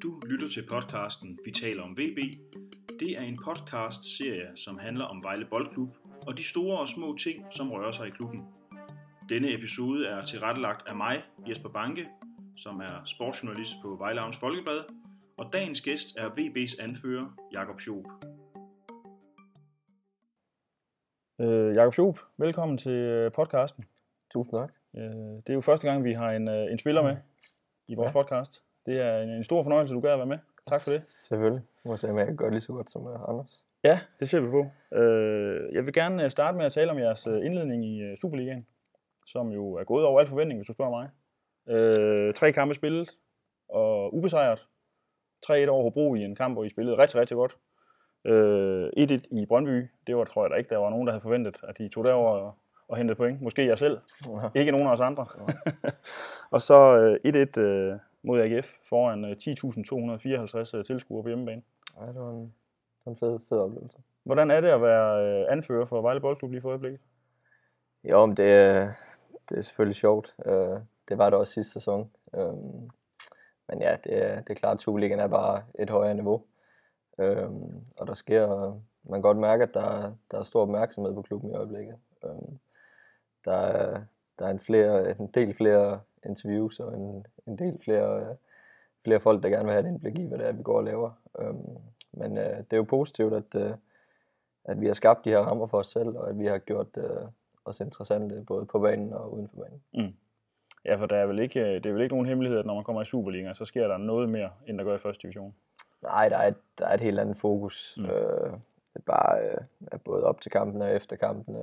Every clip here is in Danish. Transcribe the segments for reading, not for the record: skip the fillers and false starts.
Du lytter til podcasten Vi taler om VB. Det er en podcast-serie, som handler om Vejle Boldklub og de store og små ting, som rører sig i klubben. Denne episode er tilrettelagt af mig, Jesper Banke, som er sportsjournalist på Vejle Amts Folkeblad, og dagens gæst er VB's anfører, Jakob Schoop. Jakob Schoop, velkommen til podcasten. Tusind tak. Det er jo første gang, vi har en spiller med i vores podcast. Det er en stor fornøjelse, du gad at være med. Tak for det. Selvfølgelig. Jeg må sige, at jeg kan gøre lige så godt som Anders. Ja, det ser vi på. Jeg vil gerne starte med at tale om jeres indledning i Superligaen, som jo er gået over al forventning, hvis du spørger mig. 3 kampe spillet og ubesejret. 3-1 over Hobro i en kamp, hvor I spillede rigtig, rigtig godt. 1-1 i Brøndby. Det var, tror jeg da ikke, der var nogen, der havde forventet, at I tog derover og hentede point. Måske jeg selv. Ja. Ikke nogen af os andre. Ja. Og så 1-1 mod AGF foran 10.254 tilskuere på hjemmebane. Ja, det var en fed oplevelse. Hvordan er det at være anfører for Vejle Boldklub lige for øjeblikket? Jo, men det er selvfølgelig sjovt. Det var det også sidste sæson. Men ja, det er klart, at Superligaen er bare et højere niveau. Og der sker, man kan godt mærke, at der er stor opmærksomhed på klubben i øjeblikket. Der er en del flere interviews og en del flere folk, der gerne vil have et indblik i, hvad det er, vi går og laver. Men det er jo positivt, at vi har skabt de her rammer for os selv, og at vi har gjort os interessante både på banen og uden for banen. Mm. Ja, for det er vel ikke nogen hemmelighed, at når man kommer i Superligaen, så sker der noget mere, end der gør i første division. Nej, der er et helt andet fokus. Det er bare både op til kampen og efter kampen.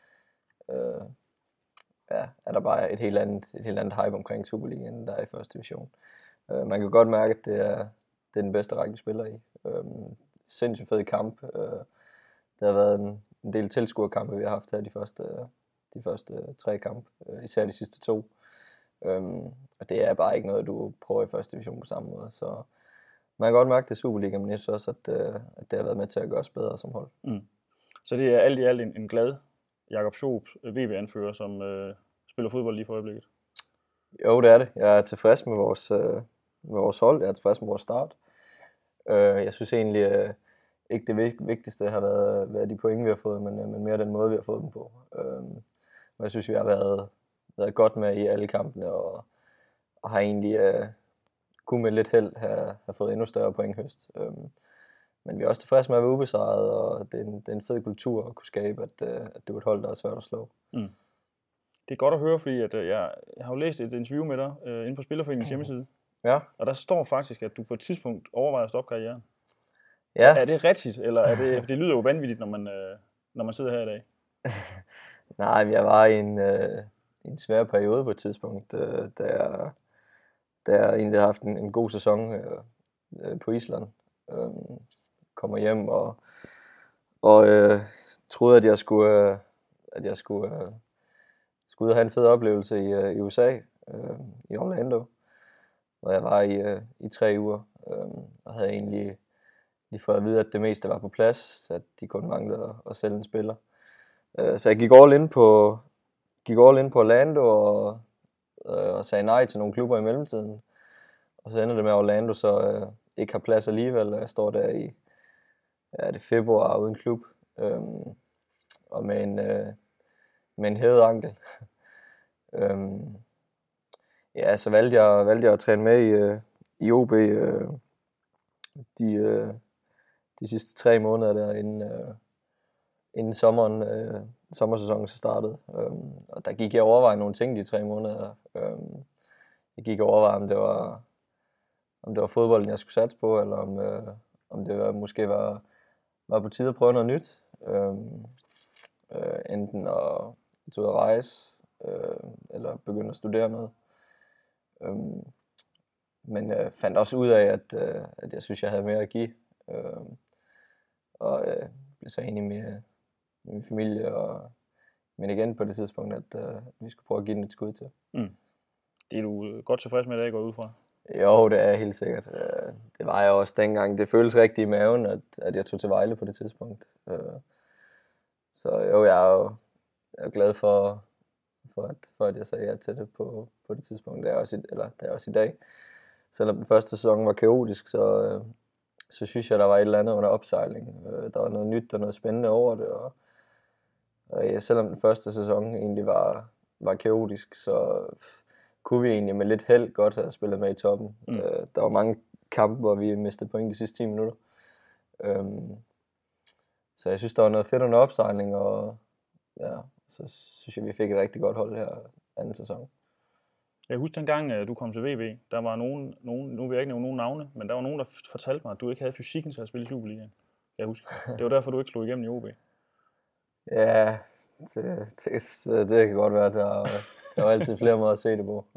Er der bare et helt andet hype omkring Superligaen, end der er i første division. Man kan godt mærke, at det er den bedste række, vi spiller i. Sindssygt fed kamp. Der har været en del tilskuerkampe, vi har haft her de første 3 kampe, især de sidste 2. Og det er bare ikke noget, du prøver i første division på samme måde. Så man kan godt mærke, at det er Superliga, men jeg synes også, at det har været med til at gøre os bedre som hold. Mm. Så det er alt i alt en glad Jakob Schoop, VB-anfører, som spiller fodbold lige for øjeblikket? Jo, det er det. Jeg er tilfreds med vores hold. Jeg er tilfreds med vores start. Jeg synes egentlig ikke det vigtigste har været de point, vi har fået, men mere den måde, vi har fået dem på. Men jeg synes, vi har været godt med i alle kampene, og har egentlig kunne med lidt held have fået endnu større pointhøst. Men vi er også tilfredse med at være ubesejret, og det er en fed kultur at kunne skabe, at det er et hold, der er svært at slå. Mm. Det er godt at høre, fordi at, jeg har jo læst et interview med dig inde på Spillerforeningens hjemmeside. Ja. Og der står faktisk, at du på et tidspunkt overvejer at stoppe karrieren. Ja. Er det rigtigt, eller det lyder jo vanvittigt, når man sidder her i dag? Nej, men jeg var i en svær periode på et tidspunkt, da jeg egentlig havde haft en god sæson på Island. Kommer hjem og troede, at jeg skulle ud og have en fed oplevelse i USA, i Orlando, hvor jeg var i 3 uger, og havde egentlig lige fået at vide, at det meste var på plads, at de kun manglede at sælge en spiller. Så jeg gik all in på Orlando og sagde nej til nogle klubber i mellemtiden. Og så ender det med, at Orlando så ikke har plads alligevel. Jeg står der i februar uden klub, og med en hævet ankel. Så valgte jeg at træne med i OB de sidste 3 måneder der, inden sommersæsonen så startede. Og der gik jeg og overvejede nogle ting de 3 måneder. Jeg gik og overvejede, om det var fodbolden, jeg skulle satse på, eller om det måske var på tide at prøve noget nyt. Enten at tage ud at rejse, eller begynde at studere noget. Men fandt også ud af, at jeg synes, jeg havde mere at give. Og blev så enig med min familie og min agent på det tidspunkt, at vi skulle prøve at give den et skud til. Mm. Det er du godt tilfreds med, at jeg går ud fra? Jo, det er helt sikkert. Det var jeg også dengang. Det føltes rigtigt i maven, at jeg tog til Vejle på det tidspunkt. Så jo, jeg er glad for at jeg sagde ja til det på det tidspunkt. Det er også i dag. selvom den første sæson var kaotisk, så synes jeg, der var et eller andet under opsejling. Der var noget nyt og noget spændende over det, og ja, selvom den første sæson egentlig var kaotisk, så kunne vi egentlig med lidt held godt have spillet med i toppen. Der var mange kampe, hvor vi mistede point de sidste 10 minutter. Så jeg synes, der var noget fedt under opsejling, og ja, så synes jeg, vi fik et rigtig godt hold her anden sæson. Jeg husker dengang, du kom til VB, der var nogen, nu vil jeg ikke nævne nogen navne, men der var nogen, der fortalte mig, at du ikke havde fysikken til at spille i Superligaen. Jeg husker. Det var derfor, du ikke slog igennem i OB. Ja, det kan godt være. Der er altid flere måder at se det på.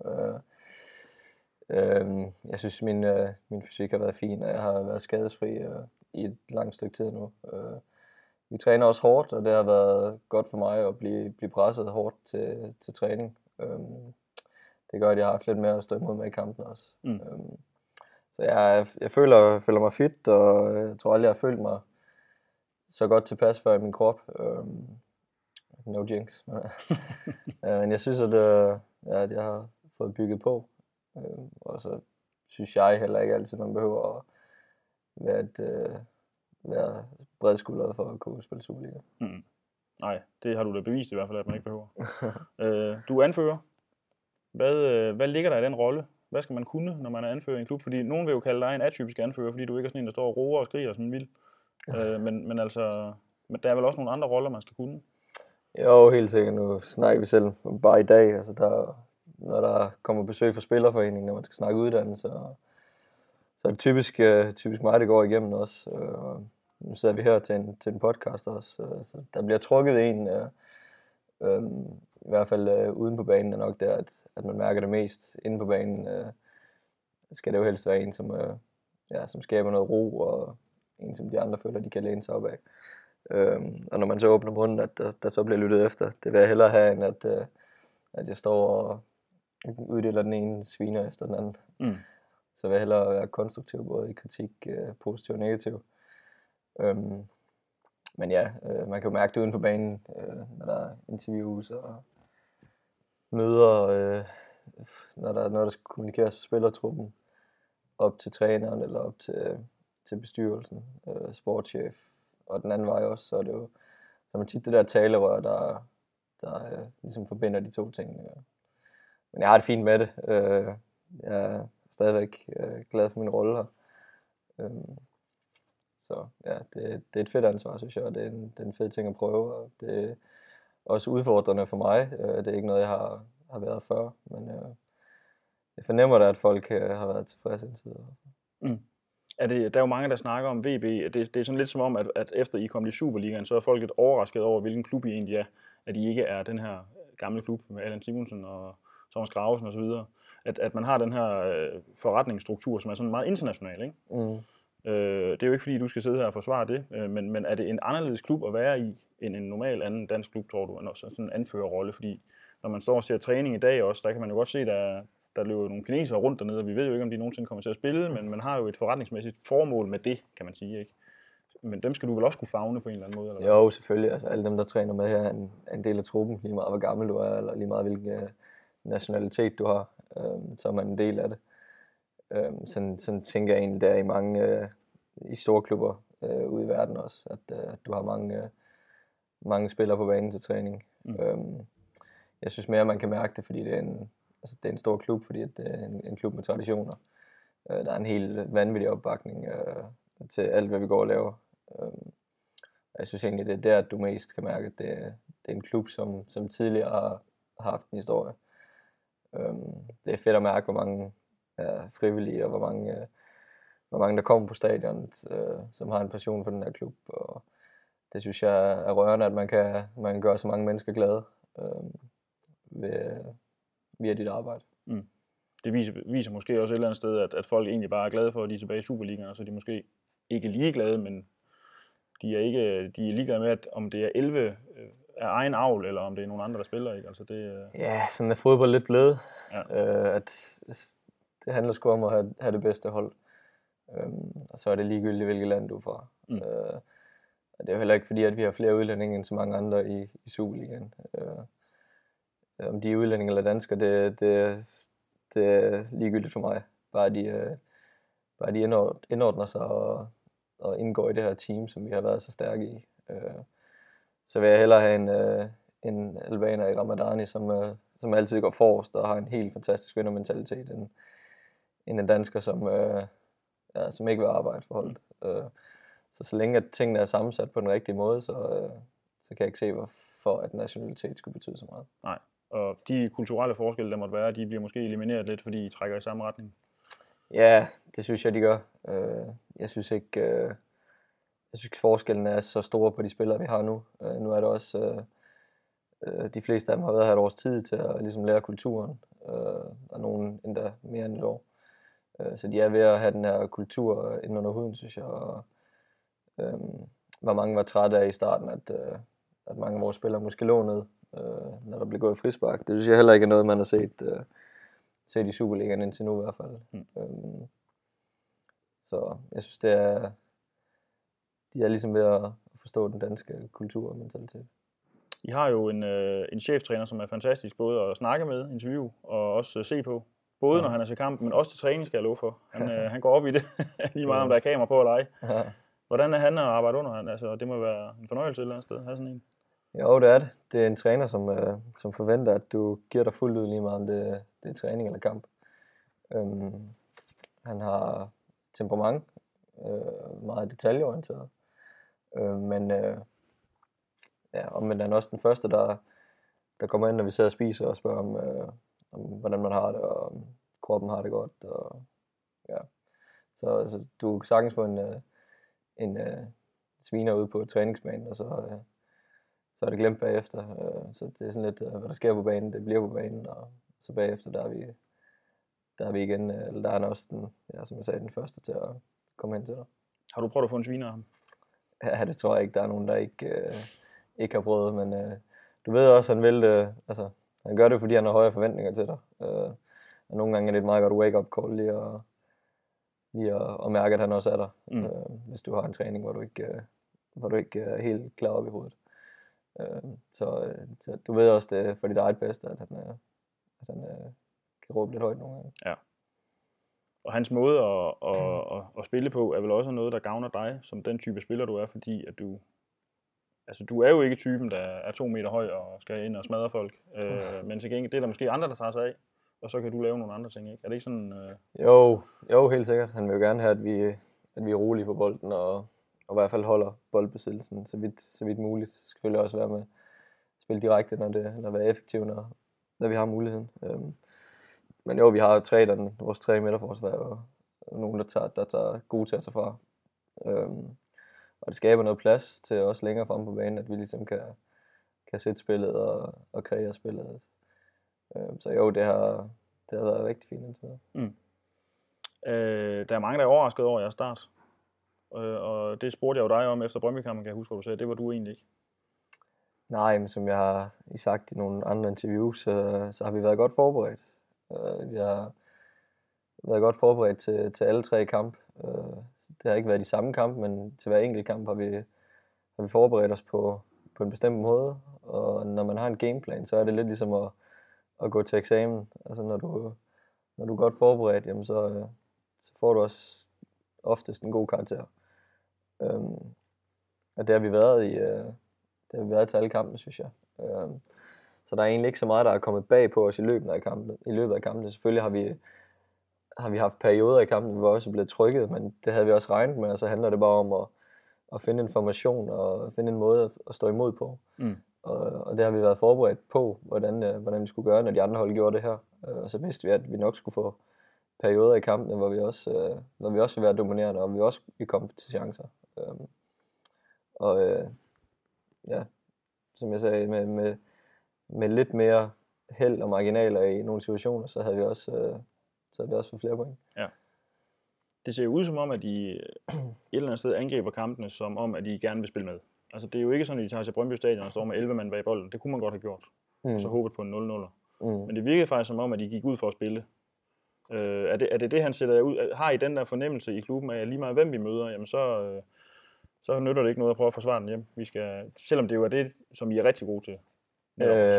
Jeg synes, min fysik har været fin, og jeg har været skadesfri i et langt stykke tid nu. Vi træner også hårdt, og det har været godt for mig at blive presset hårdt til træning. Det gør, at jeg har haft lidt mere at stå imod med i kampen også. Så jeg føler mig fit, og jeg tror aldrig, jeg har følt mig så godt tilpas før i min krop. No jinx. Men jeg synes, at jeg har fået bygget på. Og så synes jeg heller ikke altid, man behøver at være bredskuldret for at kunne spille Superliga. Nej, det har du da bevist i hvert fald, at man ikke behøver. Du er anfører. Hvad ligger der i den rolle? Hvad skal man kunne, når man er anfører i en klub? Fordi nogen vil jo kalde dig en atypisk anfører, fordi du ikke er sådan en, der står og roer og skriger som en vild. Men der er vel også nogle andre roller, man skal kunne? Jo, helt sikkert. Nu snakker vi selv bare i dag. Altså når der kommer besøg fra Spillerforeningen, når man skal snakke uddannelse, så er det typisk mig, det går igennem også. Nu sidder vi her til en podcast også. Så der bliver trukket en, i hvert fald uden på banen er nok der, at man mærker det mest. Inde på banen skal det jo helst være en, som skaber noget ro, og en, som de andre føler, de kan læne sig op af. Og når man så åbner munden, at der så bliver lyttet efter, det vil jeg hellere have, end at jeg står og uddeler den ene sviner efter den anden. Så vil jeg hellere være konstruktiv, både i kritik, positiv og negativ. Men ja, man kan jo mærke det uden for banen, når der er interviews og møder, når der er noget, der skal kommunikeres for spillertruppen, op til træneren eller op til bestyrelsen, sportschef, og den anden vej også, så er det jo så man tit det der talerør, der ligesom forbinder de to ting. Men jeg har det fint med det. Jeg er stadigvæk glad for min rolle her. Så ja, det er et fedt ansvar, synes jeg, og det er en fed ting at prøve, og det er også udfordrende for mig. Det er ikke noget, jeg har været før, men jeg fornemmer da, at folk har været tilfredse indtil videre. Der er jo mange, der snakker om VB. Det er sådan lidt som om, at efter I kom i Superligaen, så er folk lidt overrasket over, hvilken klub I egentlig er. At I ikke er den her gamle klub med Allan Simonsen og Thomas Gravesen osv. At man har den her forretningsstruktur, som er sådan meget international, ikke? Det er jo ikke fordi, du skal sidde her og forsvare det, men er det en anderledes klub at være i, end en normal anden dansk klub, tror du? Sådan en anførerrolle, fordi når man står og ser træning i dag også, der kan man jo godt se, der løber nogle kinesere rundt dernede, og vi ved jo ikke, om de nogensinde kommer til at spille, men man har jo et forretningsmæssigt formål med det, kan man sige, ikke? Men dem skal du vel også kunne favne på en eller anden måde? Eller hvad? Jo, selvfølgelig. Altså, alle dem, der træner med her, er en del af truppen, lige meget hvor gammel du er, eller lige meget hvilken nationalitet du har, så er man en del af det. Sådan tænker jeg egentlig, der er i mange i store klubber ude i verden også, at du har mange spillere på banen til træning. Jeg synes mere, man kan mærke det, fordi det er en stor klub, fordi det er en klub med traditioner. Der er en helt vanvittig opbakning til alt, hvad vi går og laver. Jeg synes egentlig, det er der, at du mest kan mærke, at det er en klub, som tidligere har haft en historie. Det er fedt at mærke, hvor mange er frivillige, og hvor mange der kommer på stadion, som har en passion for den her klub. Og det synes jeg er rørende, at man kan gøre så mange mennesker glade via dit arbejde. Det viser måske også et eller andet sted, at folk egentlig bare er glade for, at de er tilbage i Superligaen, og så er de måske ikke lige glade, men de er ligeglade med, at om det er 11 af egen avl, eller om det er nogle andre, der spiller, ikke? Altså det, Ja, sådan er fodbold lidt blevet. Ja. At det handler sgu om at have det bedste hold. Og så er det ligegyldigt, hvilket land du er fra. Og det er jo heller ikke fordi, at vi har flere udlændinge end så mange andre i Superligaen. Om de er udlændinge eller danskere, det er ligegyldigt for mig. bare de indordner sig og indgår i det her team, som vi har været så stærke i. Så vil jeg hellere have en albaner i Ramadani, som altid går forrest og har en helt fantastisk vindermentalitet, end en dansker, som ikke vil arbejde for holdet. Så længe at tingene er sammensat på den rigtige måde, så kan jeg ikke se, hvorfor at nationalitet skulle betyde så meget. Nej, og de kulturelle forskelle, der måtte være, de bliver måske elimineret lidt, fordi I trækker i samme retning. Ja, det synes jeg, de gør. Jeg synes ikke, forskellen er så store på de spillere, vi har nu. Nu er det også, de fleste af dem har været her et års tid til at ligesom lære kulturen, og nogen endda mere end et år. Så de er ved at have den her kultur inden under huden, synes jeg. Og, hvor mange var trætte af i starten, at mange af vores spillere måske lå ned, når der blev gået frispark. Det synes jeg heller ikke er noget, man har set i Superligaen indtil nu i hvert fald. Så jeg synes, de er ligesom ved at forstå den danske kultur og mentalitet. I har jo en cheftræner, som er fantastisk både at snakke med, interview og også se på. Både når han er til kamp, men også til træning, skal jeg love for. Han går op i det, lige meget om der er kamera på eller ej. Ja. Hvordan er han at arbejde under? Altså, det må være en fornøjelse et eller andet sted at have sådan en. Jo, det er det. Det er en træner, som forventer, at du giver dig fuldt ud lige meget, om det er træning eller kamp. Han har temperament, meget detaljeorienteret. Men omvendt er han også den første, der kommer ind, når vi sidder og spiser og spørger om hvordan man har det, og om kroppen har det godt. Og, ja. Så du kan sagtens få en sviner ude på træningsbanen, og så er det glemt bagefter. Så det er sådan lidt, hvad der sker på banen, det bliver på banen, og så bagefter, der er vi igen, eller der er han også som jeg sagde, den første til at komme hen til dig. Har du prøvet at få en sviner af ham? Ja, det tror jeg ikke. Der er nogen, der ikke har prøvet, men du ved også, han vil det, altså, han gør det, fordi han har høje forventninger til dig. Og nogle gange er det et meget godt wake-up call lige at mærke, at han også er der, hvis du har en træning, hvor du ikke er helt klar op i hovedet. Så du ved også, det er for dit eget bedste, at han kan råbe lidt højt nogle gange. Ja. Og hans måde at spille på er vel også noget, der gavner dig, som den type spiller du er, fordi at du er jo ikke typen, der er 2 meter høj og skal ind og smadre folk, men til gengæld, det er der måske andre, der tager sig af, og så kan du lave nogle andre ting, ikke? Er det ikke sådan? Jo, helt sikkert. Han vil jo gerne have, at vi er rolige på bolden, og i hvert fald holder boldbesiddelsen så vidt muligt. Selvfølgelig også være med at spille direkte, når være effektiv, når vi har muligheden. Men jo, vi har jo vores 3 midterforsvar, og nogen, der tager gode til sig fra. Og det skaber noget plads til os længere fremme på banen, at vi ligesom kan sætte spillet og kreere spillet. Så jo, det har været rigtig fint indtil videre. Der er mange, der er overrasket over jeres start. Og det spurgte jeg jo dig om efter Brøndby-kampen, kan jeg huske, hvad du sagde. Det var du egentlig ikke. Nej, men som jeg har sagt i nogle andre interviews, så har vi været godt forberedt. Vi har været godt forberedt til alle 3 kampe. Det har ikke været de samme kampe, men til hver enkelt kamp har vi forberedt os på en bestemt måde. Og når man har en gameplan, så er det lidt ligesom at gå til eksamen. Altså når du er godt forberedt, jamen så får du også oftest en god karakter. Og det har vi været til alle kampe, synes jeg. Så der er egentlig ikke så meget, der er kommet bag på os i løbet af kampen. Selvfølgelig har vi haft perioder i kampen, hvor vi også blevet trykket, men det havde vi også regnet med, og så handler det bare om at finde information og finde en måde at stå imod på. Og det har vi været forberedt på, hvordan vi skulle gøre, når de andre hold gjorde det her. Og så vidste vi, at vi nok skulle få perioder i kampene, hvor vi også ville være dominerende, og vi også ville komme til chancer. Som jeg sagde, med lidt mere held og marginaler i nogle situationer, så havde vi også fået flere point. Ja. Det ser jo ud som om, at I et eller andet sted angriber kampene, som om, at I gerne vil spille med. Altså, det er jo ikke sådan, at I tager til Brøndby Stadion og står med 11 mand bag bolden. Det kunne man godt have gjort. Og så håbet på en 0-0'er. Men det virkede faktisk som om, at I gik ud for at spille. Er det, han sætter jer ud? Har I den der fornemmelse i klubben af, at lige meget hvem vi møder, jamen så nytter det ikke noget at prøve at forsvare den hjem. Selvom det jo er det, som I er rigtig gode til.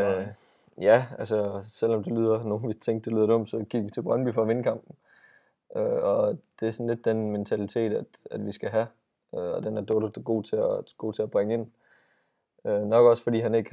Ja, altså selvom det lyder, nogen vi tænkte, det lyder dumt, så gik vi til Brøndby for at vinde kampen. Og det er sådan lidt den mentalitet, at vi skal have, og den er Dodo god til at bringe ind. Nok også fordi han ikke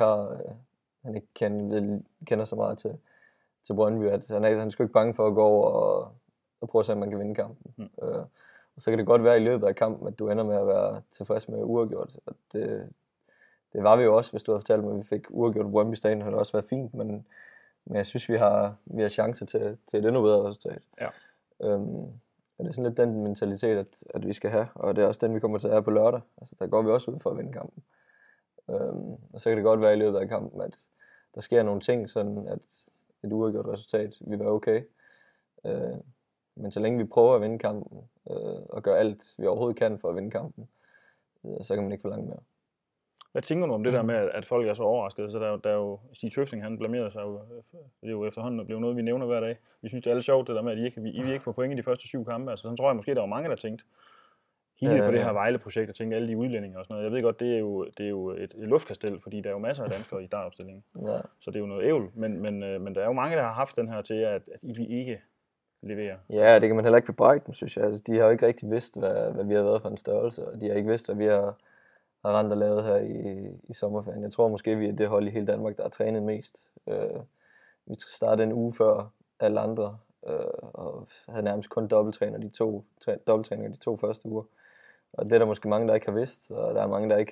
kender så meget til Brøndby, at han er sgu ikke bange for at gå over og prøve at se, om man kan vinde kampen. Og så kan det godt være i løbet af kampen, at du ender med at være tilfreds med uafgjort. Og det var vi jo også, hvis du havde fortalt mig, at vi fik uafgjort på Brøndby Stadion, havde det også været fint, men jeg synes, vi har chancer til et endnu bedre resultat. Ja. Og det er sådan lidt den mentalitet, at vi skal have, og det er også den, vi kommer til at have på lørdag. Altså, der går vi også ud for at vinde kampen. Og så kan det godt være i løbet af kampen, at der sker nogle ting, sådan at et uafgjort resultat vil være okay. Men så længe vi prøver at vinde kampen, og gør alt, vi overhovedet kan for at vinde kampen, så kan man ikke forlange mere. Hvad tænker du om det der med, at folk er så overraskede? Så der er jo Stig Tøfting, han blamerede sig jo. Det er jo efterhånden blevet noget, vi nævner hver dag. Vi synes, det er lidt sjovt, det der med, at I vil ikke få point i de første 7 kampe. Altså, sådan tror jeg måske, der var mange, der tænkte. Kiggede på det her Vejle-projekt og tænkte alle de udlændinge og sådan noget. Jeg ved godt, det er jo et luftkastel, fordi der er jo masser af danskere i startopstillingen. Ja. Så det er jo noget ævl. Men der er jo mange, der har haft den her til, at I vil ikke levere. Ja, det kan man heller ikke bebrejde dem, synes jeg. Altså, de har jo ikke rigtig vidst, hvad vi har været for en størrelse, og de har ikke vidst, hvad vi har rendt og lavet her i sommerferien. Jeg tror måske, vi er det hold i hele Danmark, der har trænet mest. Vi startede en uge før alle andre, og havde nærmest kun dobbelttræninger de to første uger. Og det er der måske mange, der ikke har vidst, og der er mange, der ikke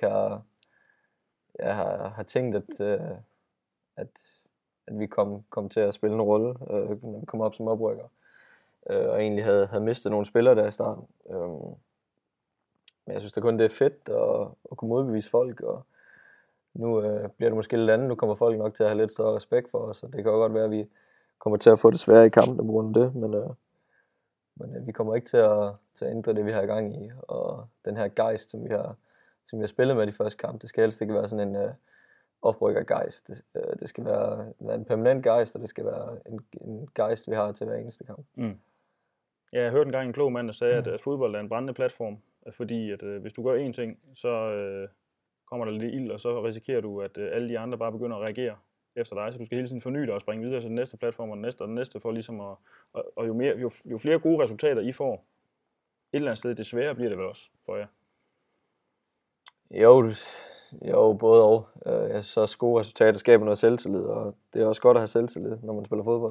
har tænkt, at vi kom til at spille en rolle, når vi kom op som oprykker. Og egentlig havde mistet nogle spillere der i starten. Men jeg synes da kun, det er fedt at kunne modbevise folk, og nu bliver det måske lidt andet. Nu kommer folk nok til at have lidt større respekt for os, og det kan jo godt være, at vi kommer til at få det svære i kampen på grund af det, men vi kommer ikke til at ændre det, vi har i gang i, og den her gejst, som vi har spillet med de første kampe, det skal helst ikke være sådan en oprykkergejst. Det skal være en permanent gejst, og det skal være en gejst, vi har til hver eneste kamp. Ja, jeg hørte engang en klog mand, der sagde, at fodbold er en brændende platform, fordi at hvis du gør én ting, så kommer der lidt ild, og så risikerer du, at alle de andre bare begynder at reagere efter dig, så du skal hele tiden forny dig og springe videre til den næste platform, og den næste for ligesom og jo flere gode resultater I får, et eller andet sted, det sværere bliver det vel også for jer? Jo, både og. Jeg synes også, gode resultater skaber noget selvtillid, og det er også godt at have selvtillid, når man spiller fodbold.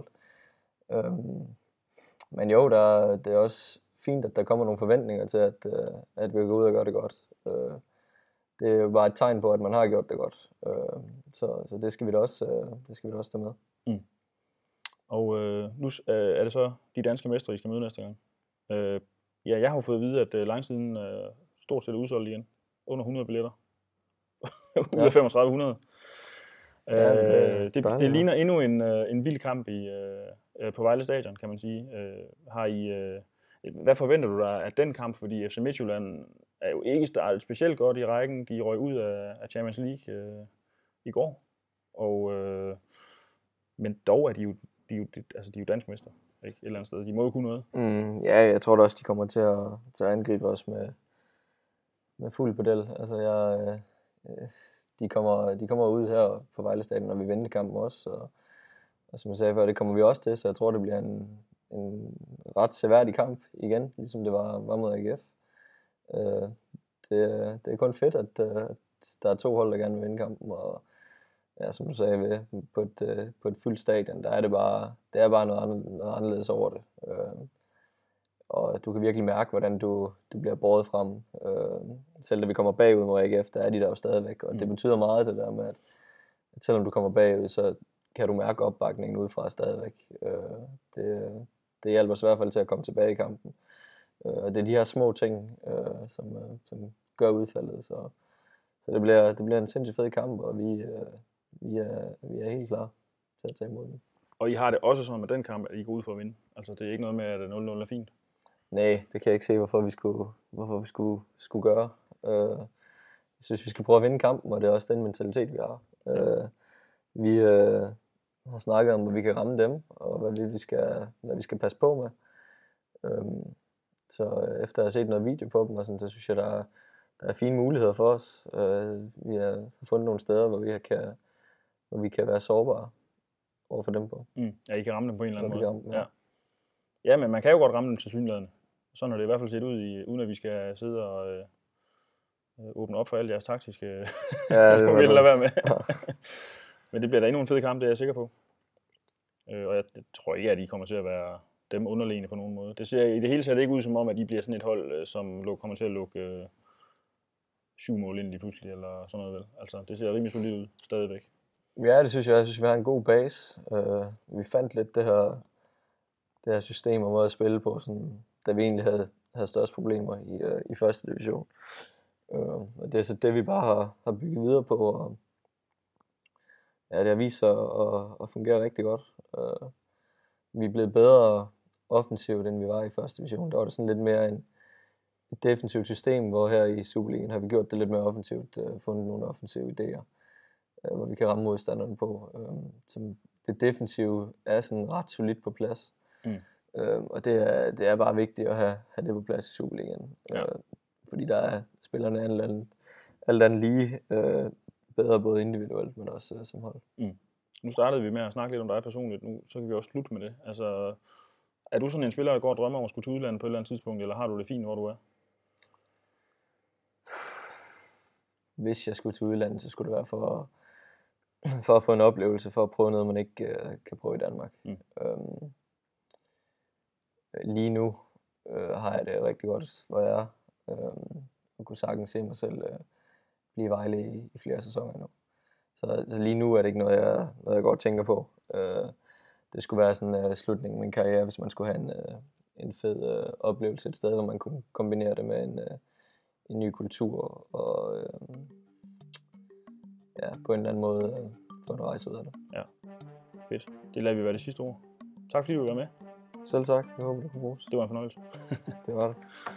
Men jo, det er også fint, at der kommer nogle forventninger til, at vi går ud og gør det godt. Det er jo bare et tegn på, at man har gjort det godt. Så det skal vi da også tage med. Og nu er det så de danske mestre, I skal møde næste gang. Ja, jeg har fået at vide, at langsiden stort set udsolgt igen. Under 100 billetter. Ud af 3500. Det ligner endnu en vild kamp på Vejle Stadion, kan man sige. Hvad forventer du dig af den kamp? Fordi FC Midtjylland er jo ikke startet specielt godt i rækken. De røg ud af Champions League i går. Men dog er de er jo dansk mester, ikke? Et eller andet sted. De må jo kunne noget. Ja, jeg tror da også, de kommer til at angribe os med fuld pedel. Altså, de kommer ud her på Vejle Stadion, når vi vender kampen også. Og som jeg sagde før, det kommer vi også til, så jeg tror, det bliver en ret seværdig kamp igen, ligesom det var mod AGF. Det er kun fedt, at der er 2 hold, der gerne vil vinde kampen, og ja, som du sagde, på et fyldt stadion, der er det bare noget anderledes over det. Og du kan virkelig mærke, hvordan du bliver båret frem. Selv da vi kommer bagud mod AGF, der er de der jo stadigvæk, og det betyder meget det der med, at selvom du kommer bagud, så kan du mærke opbakningen udefra stadigvæk. Det hjælper os i hvert fald til at komme tilbage i kampen. Og det er de her små ting, som gør udfaldet. Så det bliver en sindssygt fed kamp, og vi er helt klar til at tage imod den. Og I har det også sådan med den kamp, at I går ud for at vinde? Altså det er ikke noget med, at 0-0 er fint? Nej, det kan jeg ikke se, hvorfor vi skulle gøre. Jeg synes, vi skal prøve at vinde kampen, og det er også den mentalitet, vi har. Vi har snakket om, hvor vi kan ramme dem, og hvad vi skal passe på med. Så efter at have set noget video på dem, og sådan, så synes jeg, der er fine muligheder for os. Vi har fundet nogle steder, hvor vi kan være sårbare over for dem på. Ja, I kan ramme dem på en eller anden måde. Ja. Ja, men man kan jo godt ramme dem til synligheden. Sådan har det i hvert fald set ud, uden at vi skal sidde og åbne op for alle jeres taktiske. Ja, det må var vi lade være dumt. med. Men det bliver da endnu en fed kamp, det er jeg sikker på. Og jeg tror ikke, at I kommer til at være dem underlegne på nogen måde. Det ser i det hele taget ikke ud som om, at I bliver sådan et hold, som kommer til at lukke 7 mål ind lige pludselig, eller sådan noget vel. Altså, det ser rimelig solidt ud, stadigvæk. Ja, det synes jeg. Jeg synes, vi har en god base. Vi fandt lidt det her system og måde at spille på, sådan, da vi egentlig havde størst problemer i første division. Og det er så det, vi bare har bygget videre på, og ja, det har vist sig at fungere rigtig godt. Vi er blevet bedre offensivt, end vi var i første division. Der var det sådan lidt mere et defensivt system, hvor her i Superligaen har vi gjort det lidt mere offensivt, fundet nogle offensive idéer, hvor vi kan ramme modstanderne på. Som det defensive er sådan ret solidt på plads. Og det er bare vigtigt at have det på plads i Superligaen. Ja. Fordi der er spillerne alt andet lige bedre både individuelt, men også som hold. Nu startede vi med at snakke lidt om dig personligt, nu så kan vi også slutte med det. Altså, er du sådan en spiller, der går og drømmer om at skulle til udlandet på et eller andet tidspunkt, eller har du det fint, hvor du er? Hvis jeg skulle til udlandet, så skulle det være for at få en oplevelse, for at prøve noget, man ikke kan prøve i Danmark. Lige nu har jeg det rigtig godt, hvor jeg er. Jeg kunne sagtens se mig selv blive i Vejle i flere sæsoner nu. Så lige nu er det ikke noget, jeg går og tænker på. Det skulle være sådan slutningen af min karriere, hvis man skulle have en fed oplevelse et sted, hvor man kunne kombinere det med en ny kultur og på en eller anden måde få en rejse ud af det. Ja, fedt. Det lader vi være det sidste ord. Tak fordi du var med. Selv tak. Jeg håber, det kunne bruges. Det var en fornøjelse. Det var det.